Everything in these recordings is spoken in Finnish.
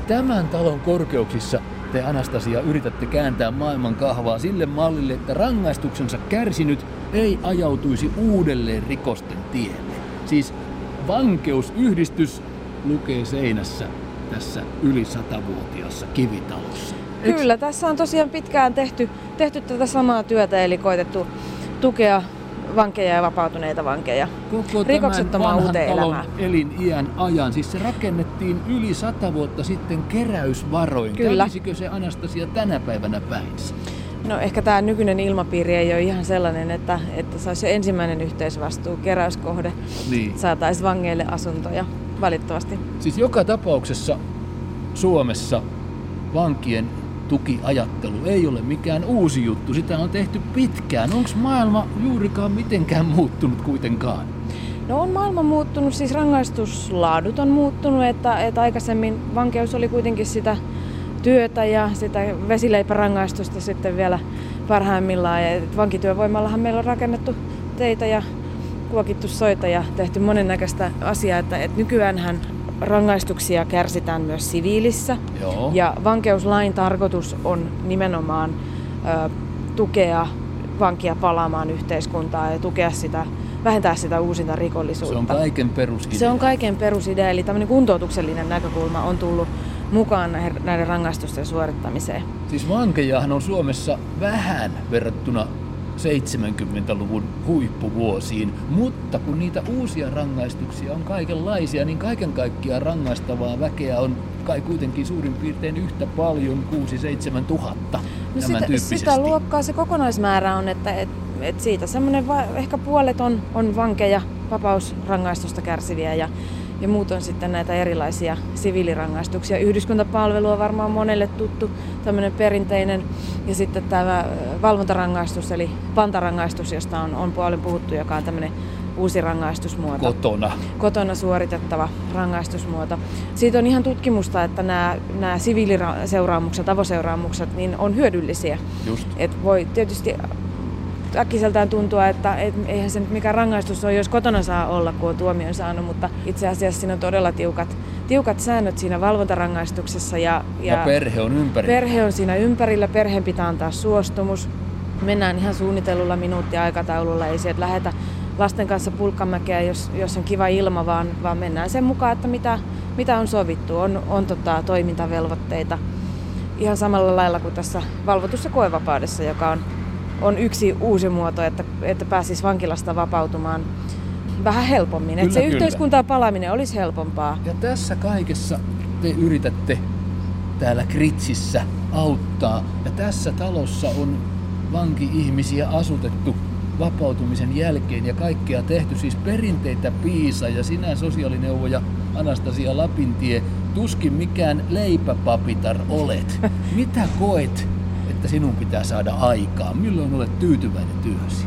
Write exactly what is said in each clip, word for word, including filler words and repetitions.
tämän talon korkeuksissa te, Anastasia, yritätte kääntää maailman kahvaa sille mallille, että rangaistuksensa kärsinyt ei ajautuisi uudelleen rikosten tielle. Siis vankeusyhdistys lukee seinässä tässä yli satavuotiaassa kivitalossa. Eks? Kyllä, tässä on tosiaan pitkään tehty, tehty tätä samaa työtä, eli koitettu tukea vankeja ja vapautuneita vankeja. Koko rikoksettomaan uuteen talon elämään. eliniän ajan. Siis se rakennettiin yli sata vuotta sitten keräysvaroin. Kyllä. Kävisikö se, Anastasia, tänä päivänä päinsä? No ehkä tämä nykyinen ilmapiiri ei ole ihan sellainen, että, että se olisi se ensimmäinen yhteisvastuu, keräyskohde, Niin. saataisiin vangeille asuntoja, valitettavasti. Siis joka tapauksessa Suomessa vankien tukiajattelu ei ole mikään uusi juttu. Sitä on tehty pitkään. Onko maailma juurikaan mitenkään muuttunut kuitenkaan? No on maailma muuttunut, siis rangaistuslaadut on muuttunut, että, että aikaisemmin vankeus oli kuitenkin sitä työtä ja sitä vesileipärangaistusta sitten vielä parhaimmillaan. Ja vankityövoimallahan meillä on rakennettu teitä ja kuokittu soita ja tehty monennäköistä asiaa, että, että nykyäänhän rangaistuksia kärsitään myös siviilissä. Joo. Ja vankeuslain tarkoitus on nimenomaan ö, tukea vankia palaamaan yhteiskuntaan ja tukea sitä, vähentää sitä uusinta rikollisuutta. Se on kaiken perusidea. Se on kaiken perusidea, eli tämmöinen kuntoutuksellinen näkökulma on tullut mukaan näiden rangaistusten suorittamiseen. Siis vankejahan on Suomessa vähän verrattuna seitsemänkymmentäluvun huippuvuosiin, mutta kun niitä uusia rangaistuksia on kaikenlaisia, niin kaiken kaikkiaan rangaistavaa väkeä on kai kuitenkin suurin piirtein yhtä paljon, kuusi seitsemän tuhatta. No sitä, sitä luokkaa se kokonaismäärä on, että et, et siitä semmoinen va- ehkä puolet on, on vankeja, vapausrangaistusta kärsiviä ja, ja muut on sitten näitä erilaisia siviilirangaistuksia. Yhdyskuntapalvelu on varmaan monelle tuttu, tämmöinen perinteinen. Ja sitten tämä valvontarangaistus, eli pantarangaistus, josta on, on paljon puhuttu, joka on tämmöinen uusi rangaistusmuoto. Kotona. Kotona suoritettava rangaistusmuoto. Siitä on ihan tutkimusta, että nämä, nämä siviiliseuraamukset, avoseuraamukset, niin on hyödyllisiä. Just. Et voi tietysti äkkiseltään tuntua, että et, eihän se nyt mikään rangaistus ole, jos kotona saa olla, kun on tuomion saanut, mutta itse asiassa siinä on todella tiukat, tiukat säännöt siinä valvontarangaistuksessa. Ja, ja, ja perhe on ympärillä. Perhe on siinä ympärillä, perheen pitää antaa suostumus. Mennään ihan suunnitellulla minuuttiaikataululla, ei sieltä lähetä lasten kanssa pulkkamäkeä, jos, jos on kiva ilma, vaan, vaan mennään sen mukaan, että mitä, mitä on sovittu. On, on tota, toimintavelvoitteita ihan samalla lailla kuin tässä valvotussa koevapaudessa, joka on, on yksi uusi muoto, että, että pääsisi vankilasta vapautumaan vähän helpommin. Kyllä, että se kyllä. Yhteiskuntaan palaaminen olisi helpompaa. Ja tässä kaikessa te yritätte täällä Kritsissä auttaa. Ja tässä talossa on vanki-ihmisiä asutettu vapautumisen jälkeen ja kaikkea tehty, siis perinteitä Piisa ja sinä sosiaalineuvoja Anastasia Lapintie, tuskin mikään leipäpapitar olet. Mitä koet, että sinun pitää saada aikaa? Milloin olet tyytyväinen työsi?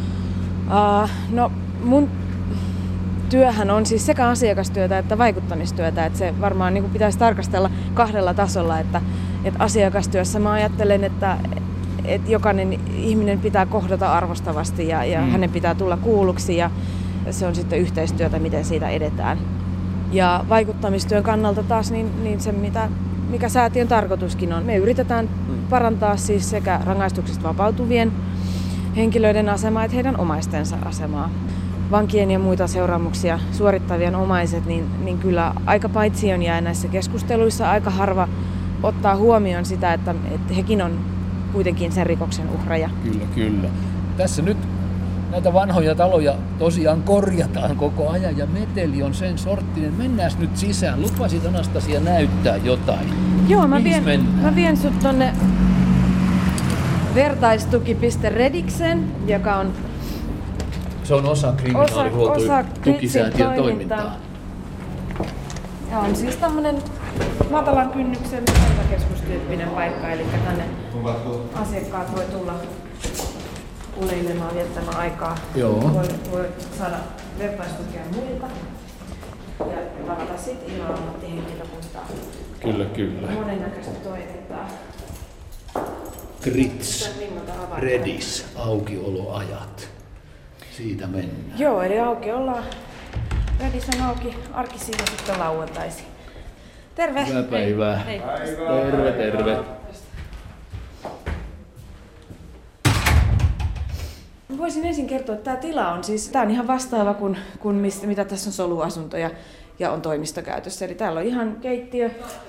Uh, no mun työhän on siis sekä asiakastyötä että vaikuttamistyötä, että se varmaan niin kuin pitäisi tarkastella kahdella tasolla, että, että asiakastyössä mä ajattelen, että että jokainen ihminen pitää kohdata arvostavasti ja, ja mm. hänen pitää tulla kuulluksi ja se on sitten yhteistyötä, miten siitä edetään. Ja vaikuttamistyön kannalta taas niin, niin se, mitä, mikä säätiön tarkoituskin on. Me yritetään parantaa siis sekä rangaistuksista vapautuvien henkilöiden asemaa että heidän omaistensa asemaa. Vankien ja muita seuraamuksia suorittavien omaiset, niin, niin kyllä aika paitsioon jää näissä keskusteluissa. Aika harva ottaa huomioon sitä, että, että hekin on kuitenkin sen rikoksen uhraja. Kyllä, kyllä. Tässä nyt näitä vanhoja taloja tosiaan korjataan koko ajan ja meteli on sen sorttinen. Mennään nyt sisään. Lupasit, Anastasia, näyttää jotain. Joo, mä vien, mä vien sut tonne vertaistuki piste redikseen, joka on se on osa kriminaalihuolto-tukisäätiön toimintaa. Ja on siis tämmönen matalan kynnyksen seurantakeskustyyppinen paikka, eli tänne asiakkaat voi tulla uleilemaan, viettämään aikaa. Joo. Voi, voi saada vertaistukea muilta ja tavata sitten ilman ammattihenkilökuntaa. Kyllä, kyllä. Monennäköistä toimintaa. Krits, Redis, aukioloajat. Siitä mennään. Joo, eli auki ollaan. Redis on auki arkisin ja sitten lauantaisin. Terve! Hyvää päivää! Hei. Terve, terve! Voisin ensin kertoa, että tämä tila on siis, tämä on ihan vastaava kuin, kuin mistä, mitä tässä on soluasuntoja ja on toimistokäytössä. Eli täällä on ihan keittiö.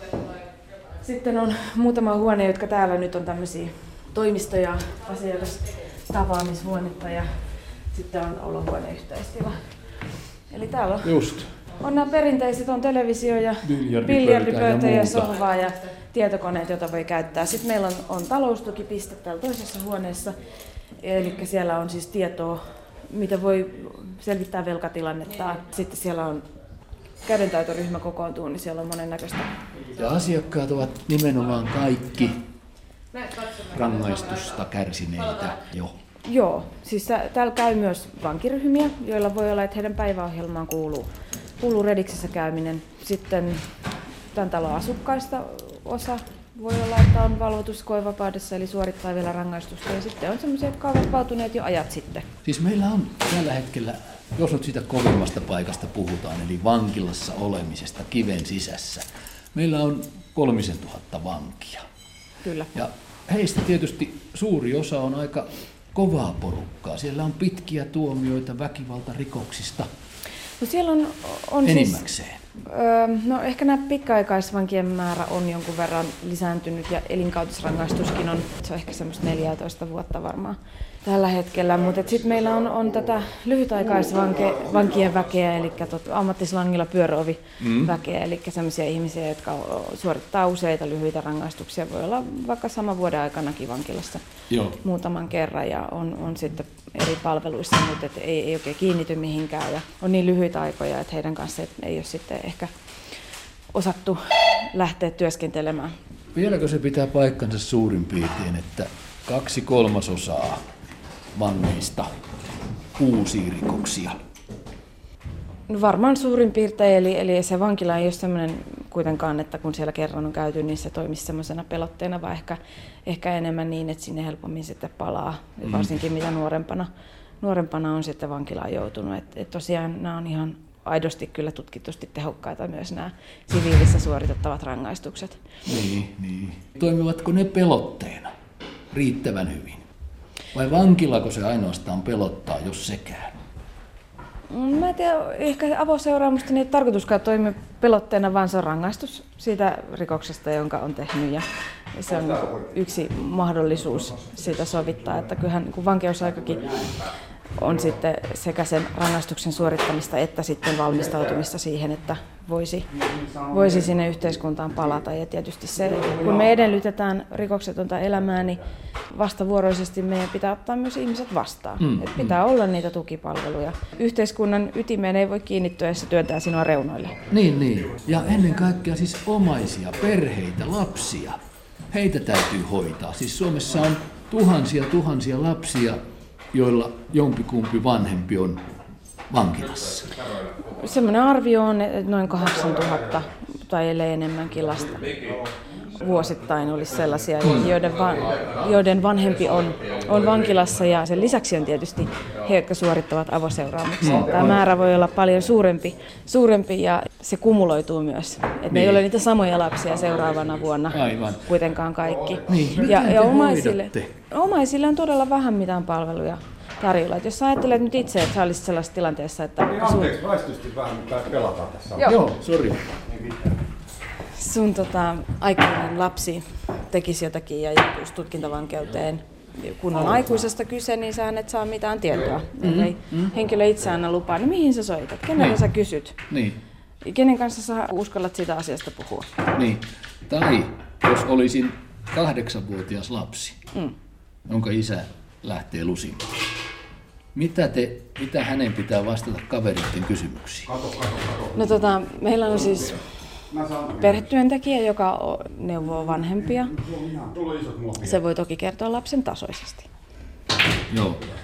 Sitten on muutama huone, jotka täällä nyt on tämmöisiä toimistoja, asiakastapaamishuonetta ja sitten on olohuone yhteistila. Eli täällä on, Just. on nämä perinteiset, on televisio ja biljardipöytä ja, ja sohvaa ja tietokoneet, joita voi käyttää. Sitten meillä on, on taloustukipiste täällä toisessa huoneessa. Eli siellä on siis tietoa, mitä voi selvittää velkatilannettaan. Sitten siellä on kädentaitoryhmä kokoontuu, niin siellä on monennäköistä. Ja asiakkaat ovat nimenomaan kaikki rangaistusta kärsineitä jo. Joo, siis täällä käy myös vankiryhmiä, joilla voi olla, että heidän päiväohjelmaan kuuluu, kuuluu Rediksessä käyminen. Sitten tämän talon asukkaista osa voi olla, että on valvotuskoevapaudessa, eli suorittaa vielä rangaistusta. Ja sitten on sellaisia, jotka ovat vapautuneet jo ajat sitten. Siis meillä on tällä hetkellä, jos nyt siitä kovimmasta paikasta puhutaan, eli vankilassa olemisesta kiven sisässä, meillä on kolmisen tuhatta vankia. Kyllä. Ja heistä tietysti suuri osa on aika kovaa porukkaa. Siellä on pitkiä tuomioita väkivaltarikoksista. No siellä on, on enimmäkseen. Siis, öö, no ehkä nämä pitkäaikaisvankien määrä on jonkun verran lisääntynyt ja elinkautisrangaistuskin on, se on ehkä semmoista neljätoista vuotta varmaan tällä hetkellä. Mutta sitten meillä on, on tätä lyhytaikaisvankien väkeä, eli tot, ammattislangilla pyöröovi väkeä, mm. eli sellaisia ihmisiä, jotka suorittaa useita lyhyitä rangaistuksia. Voi olla vaikka sama vuoden aikanakin vankilassa Joo. muutaman kerran ja on, on sitten eri palveluissa, mutta et ei, ei oikein kiinnity mihinkään ja on niin lyhyitä aikoja, että heidän kanssaan ei ole sitten ehkä osattu lähteä työskentelemään. Vieläkö se pitää paikkansa suurin piirtein, että kaksi kolmasosaa vangeista uusii rikoksia? No varmaan suurin piirtein, eli, eli se vankila ei ole sellainen kuitenkaan, että kun siellä kerran on käyty, niin se toimisi semmoisena pelotteena, vaan ehkä, ehkä enemmän niin, että sinne helpommin sitten palaa, mm. varsinkin mitä nuorempana, nuorempana on sitten vankilaan joutunut. Et, et tosiaan nämä on ihan aidosti kyllä tutkitusti tehokkaita myös nämä siviilissä suoritettavat rangaistukset. Niin, niin. Toimivatko ne pelotteena riittävän hyvin? Vai vankilako se ainoastaan pelottaa, jos sekään? Mä en tiedä, ehkä avoseuraamusta niin ei tarkoituskaan toimia pelotteena, vaan se on rangaistus siitä rikoksesta, jonka on tehnyt. Ja se on yksi mahdollisuus siitä sovittaa, että kyllähän niin vankeusaikakin on sitten sekä sen rangaistuksen suorittamista että sitten valmistautumista siihen, että voisi, voisi sinne yhteiskuntaan palata. Ja tietysti se, kun me edellytetään rikoksetonta elämää, niin vastavuoroisesti meidän pitää ottaa myös ihmiset vastaan. Mm, Et pitää mm. olla niitä tukipalveluja. Yhteiskunnan ytimeen ei voi kiinnittyä, jos se työntää sinua reunoille. Niin, niin. Ja ennen kaikkea siis omaisia, perheitä, lapsia. Heitä täytyy hoitaa. Siis Suomessa on tuhansia tuhansia lapsia, joilla jompikumpi vanhempi on vankilassa. Semmoinen arvio on, että noin kahdeksantuhatta tai ellei enemmänkin lasta vuosittain olisi sellaisia, joiden, va- joiden vanhempi on, on vankilassa ja sen lisäksi on tietysti he, jotka suorittavat avoseuraamuksia. Mm. Tämä määrä voi olla paljon suurempi, suurempi ja se kumuloituu myös. Että niin. Ne ei ole niitä samoja lapsia seuraavana vuonna Aivan. kuitenkaan kaikki. Niin. Ja, ja omaisille, omaisille on todella vähän mitään palveluja tarjolla. Et jos sä ajattelet nyt itse, että sä olisit sellaisessa tilanteessa, että... Niin anteeksi, väistysti vähän, mitä pelataan tässä. Joo, Joo sori. Sun tota, aikuinen lapsi tekisi jotakin ja joutuisi tutkintavankeuteen. Kun on aikuisesta kyse, niin sä et saa mitään tietoa. Mm-hmm. Eli mm-hmm. henkilö itse anna lupaa. No mihin sä soitat? Kenellä niin. sä kysyt? Niin. Kenen kanssa sä uskallat siitä asiasta puhua? Niin. Tai jos olisin kahdeksanvuotias lapsi, mm. jonka isä lähtee lusimaan. Mitä, te, mitä hänen pitää vastata kaveritten kysymyksiin? Kato, kato, kato. No tota, meillä on siis perhetyöntekijä, joka neuvoo vanhempia. Se voi toki kertoa lapsen tasoisesti. Joo.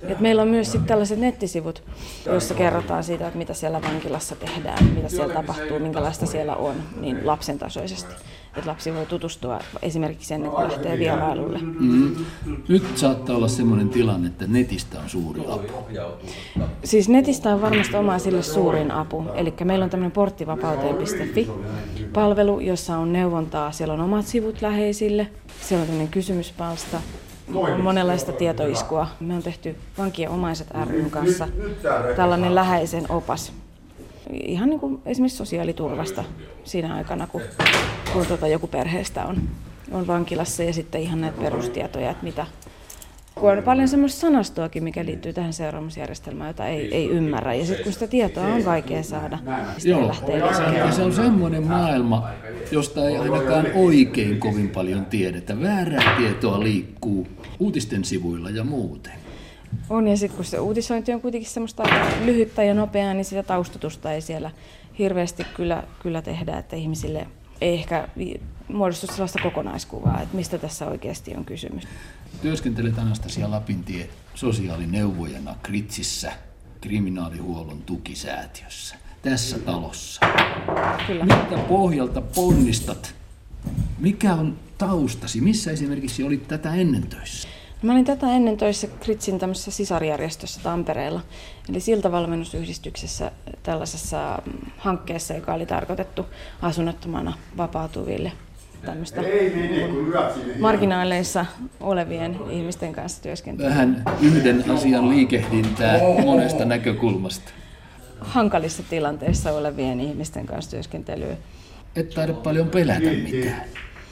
Et meillä on myös sit tällaiset nettisivut, joissa kerrotaan siitä, että mitä siellä vankilassa tehdään, mitä siellä tapahtuu, minkälaista siellä on, niin lapsen tasoisesti. Että lapsi voi tutustua esimerkiksi ennen kuin lähtee vierailulle. Mm. Nyt saattaa olla sellainen tilanne, että netistä on suuri apu. Siis netistä on varmasti oma sille suurin apu. Eli meillä on tämmöinen porttivapauteen piste fi-palvelu, jossa on neuvontaa. Siellä on omat sivut läheisille, siellä on tämmöinen kysymyspalsta. On monenlaista tietoiskua. Me on tehty Vankien omaiset ry:n kanssa tällainen läheisen opas. Ihan niin kuin esimerkiksi sosiaaliturvasta siinä aikana, kun, kun tuota joku perheestä on, on vankilassa ja sitten ihan näitä perustietoja, että mitä. Kun on paljon semmoista sanastoakin, mikä liittyy tähän seuraamusjärjestelmään, jota ei, ei ymmärrä. Ja sitten kun sitä tietoa on vaikea saada, sitten lähtee liikkeelle. Ja se on semmoinen maailma, josta ei ainakaan oikein kovin paljon tiedetä. Väärää tietoa liikkuu uutisten sivuilla ja muuten. On, ja sitten kun se uutisointi on kuitenkin semmoista lyhyttä ja nopeaa, niin sitä taustatusta ei siellä hirveästi kyllä, kyllä tehdä, että ihmisille ei ehkä muodostu sellaista kokonaiskuvaa, että mistä tässä oikeasti on kysymys. Työskentelet Anastasia Lapintie sosiaalineuvojana Kritsissä, kriminaalihuollon tukisäätiössä, tässä talossa. Kyllä. Miltä pohjalta ponnistat? Mikä on taustasi? Missä esimerkiksi olit tätä ennen töissä? Mä olin tätä ennen töissä Kritsin tämmöisessä sisarjärjestössä Tampereella, eli Siltavalmennusyhdistyksessä tällaisessa hankkeessa, joka oli tarkoitettu asunnottomana vapautuville tämmöistä marginaaleissa olevien ihmisten kanssa työskentelyä. Vähän yhden asian liikehdintää monesta näkökulmasta. Hankalissa tilanteissa olevien ihmisten kanssa työskentelyä. Et taida paljon pelätä mitään.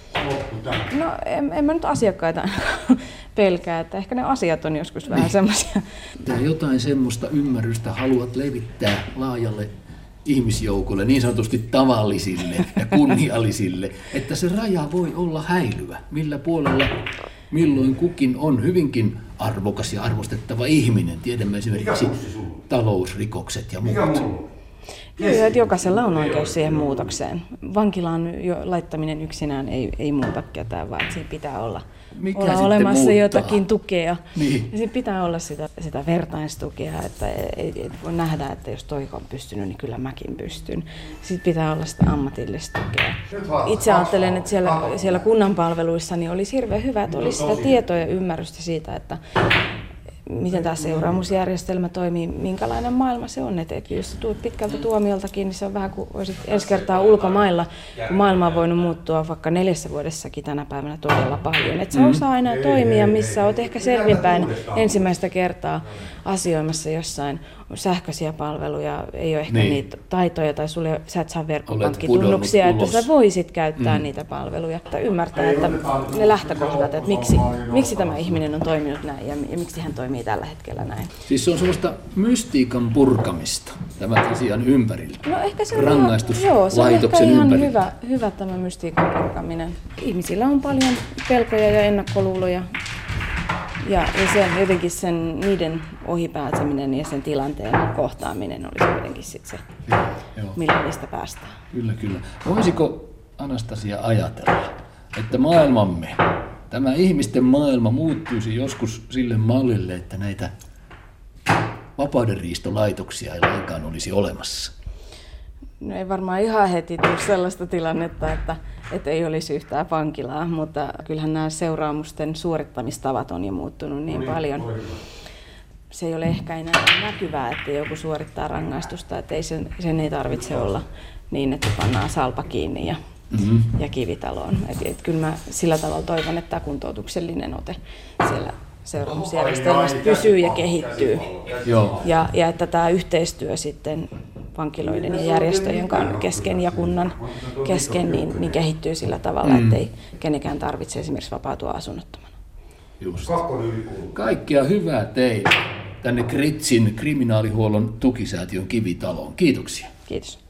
No en, en mä nyt asiakkaita pelkää, että ehkä ne asiat on joskus vähän semmoisia. Tää jotain semmoista ymmärrystä haluat levittää laajalle ihmisjoukolle, niin sanotusti tavallisille ja kunniallisille, että se raja voi olla häilyvä, millä puolella milloin kukin on hyvinkin arvokas ja arvostettava ihminen. Tiedämme esimerkiksi talousrikokset ja muut. Joo, että jokaisella on oikeus siihen muutokseen. Vankilaan jo laittaminen yksinään ei, ei muuta ketään, vaan siinä pitää olla, olla olemassa muuttaa? Jotakin tukea. Niin. Ja siinä pitää olla sitä, sitä vertaistukea, että ei, ei voi nähdä, että jos toi on pystynyt, niin kyllä mäkin pystyn. Sitten pitää olla sitä ammatillista tukea. Itse ajattelen, että siellä, siellä kunnan palveluissa niin olisi hirveän hyvä, että olisi sitä tietoa ja ymmärrystä siitä, että miten tämä seuraamusjärjestelmä toimii, minkälainen maailma se on. Että jos tulet pitkältä tuomioltakin, niin se on vähän kuin olisit ensi kertaa ulkomailla, kun maailma on voinut muuttua vaikka neljässä vuodessakin tänä päivänä todella paljon. Että sä osaa aina toimia, missä olet ehkä selvinpäin ensimmäistä kertaa asioimassa jossain sähköisiä palveluja, ei ole ehkä niin. niitä taitoja tai sulle, sä et saa verkkopankkitunnuksia, että sä voisit käyttää mm. niitä palveluja. Että ymmärtää, että ne lähtökohdat, että miksi, miksi tämä ihminen on toiminut näin ja, ja miksi hän toimii tällä hetkellä näin. Siis se on semmoista mystiikan purkamista tämän asian ympäriltä. No ehkä se on, Rangaistuslaitoksen joo, se on ehkä ihan ympäriltä. hyvä, hyvä tämä mystiikan purkaminen. Ihmisillä on paljon pelkoja ja ennakkoluuloja. Ja, ja sen, jotenkin sen, niiden ohipääseminen ja sen tilanteen kohtaaminen olisi jotenkin sit se, joo, joo. millä niistä päästään. Kyllä, kyllä. Voisiko Anastasia ajatella, että maailmamme, tämä ihmisten maailma muuttuisi joskus sille mallille, että näitä vapaudenriistolaitoksia ei lainkaan olisi olemassa? No ei varmaan ihan heti tule sellaista tilannetta, että, että ei olisi yhtään vankilaa, mutta kyllähän nämä seuraamusten suorittamistavat on jo muuttunut niin paljon. Se ei ole ehkä enää näkyvää, että joku suorittaa rangaistusta, että ei sen, sen ei tarvitse olla niin, että pannaan salpa kiinni ja, mm-hmm. ja kivitaloon. Et, et kyllä mä sillä tavalla toivon, että tämä kuntoutuksellinen ote siellä seuraamusjärjestelmässä pysyy ja kehittyy. Joo. Ja, ja että tämä yhteistyö sitten vankiloiden ja järjestöjen kesken ja kunnan kesken niin, niin kehittyy sillä tavalla, mm. ettei kenenkään tarvitse esimerkiksi vapautua asunnottomana. Just. Kaikkea hyvää teille tänne Kritsin kriminaalihuollon tukisäätiön kivitaloon. Kiitoksia. Kiitos.